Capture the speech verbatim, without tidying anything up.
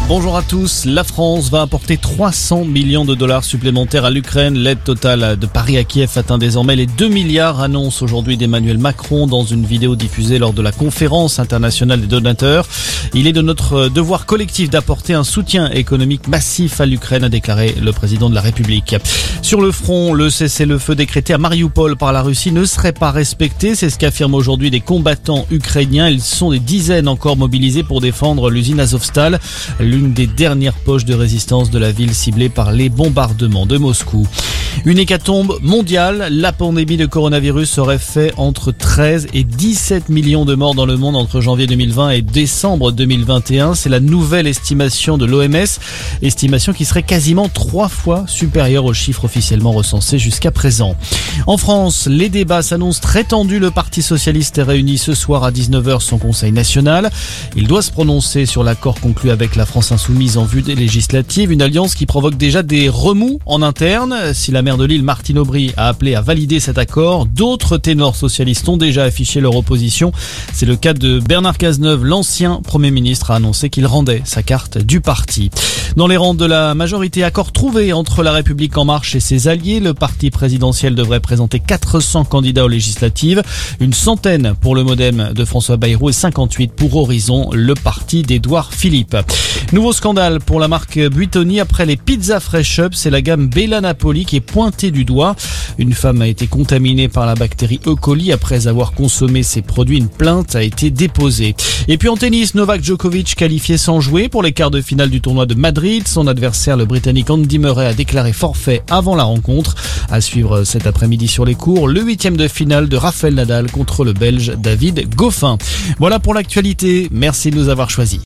Bonjour à tous. La France va apporter trois cents millions de dollars supplémentaires à l'Ukraine. L'aide totale de Paris à Kiev atteint désormais les deux milliards, annonce aujourd'hui d'Emmanuel Macron dans une vidéo diffusée lors de la conférence internationale des donateurs. Il est de notre devoir collectif d'apporter un soutien économique massif à l'Ukraine, a déclaré le président de la République. Sur le front, le cessez-le-feu décrété à Mariupol par la Russie ne serait pas respecté. C'est ce qu'affirment aujourd'hui des combattants ukrainiens. Ils sont des dizaines encore mobilisés pour défendre l'usine Azovstal, l'une des dernières poches de résistance de la ville ciblée par les bombardements de Moscou. Une hécatombe mondiale. La pandémie de coronavirus aurait fait entre treize et dix-sept millions de morts dans le monde entre janvier deux mille vingt et décembre deux mille vingt et un. C'est la nouvelle estimation de l'O M S. Estimation qui serait quasiment trois fois supérieure aux chiffres officiellement recensés jusqu'à présent. En France, les débats s'annoncent très tendus. Le Parti socialiste est réuni ce soir à dix-neuf heures son conseil national. Il doit se prononcer sur l'accord conclu avec la France insoumise en vue des législatives. Une alliance qui provoque déjà des remous en interne. Si la maire de Lille, Martine Aubry, a appelé à valider cet accord, d'autres ténors socialistes ont déjà affiché leur opposition. C'est le cas de Bernard Cazeneuve. L'ancien Premier ministre a annoncé qu'il rendait sa carte du parti. Dans les rangs de la majorité, accord trouvé entre La République En Marche et ses alliés. Le parti présidentiel devrait présenter quatre cents candidats aux législatives, une centaine pour le Modem de François Bayrou et cinquante-huit pour Horizon, le parti d'Édouard Philippe. Nouveau scandale pour la marque Buitoni. Après les pizzas Fresh Up, c'est la gamme Bella Napoli qui est pointée du doigt. Une femme a été contaminée par la bactérie E. coli après avoir consommé ces produits. Une plainte a été déposée. Et puis en tennis, Novak Djokovic qualifié sans jouer pour les quarts de finale du tournoi de Madrid. Son adversaire, le Britannique Andy Murray, a déclaré forfait avant la rencontre. À suivre cet après-midi sur les cours, le huitième de finale de Rafael Nadal contre le Belge David Goffin. Voilà pour l'actualité. Merci de nous avoir choisis.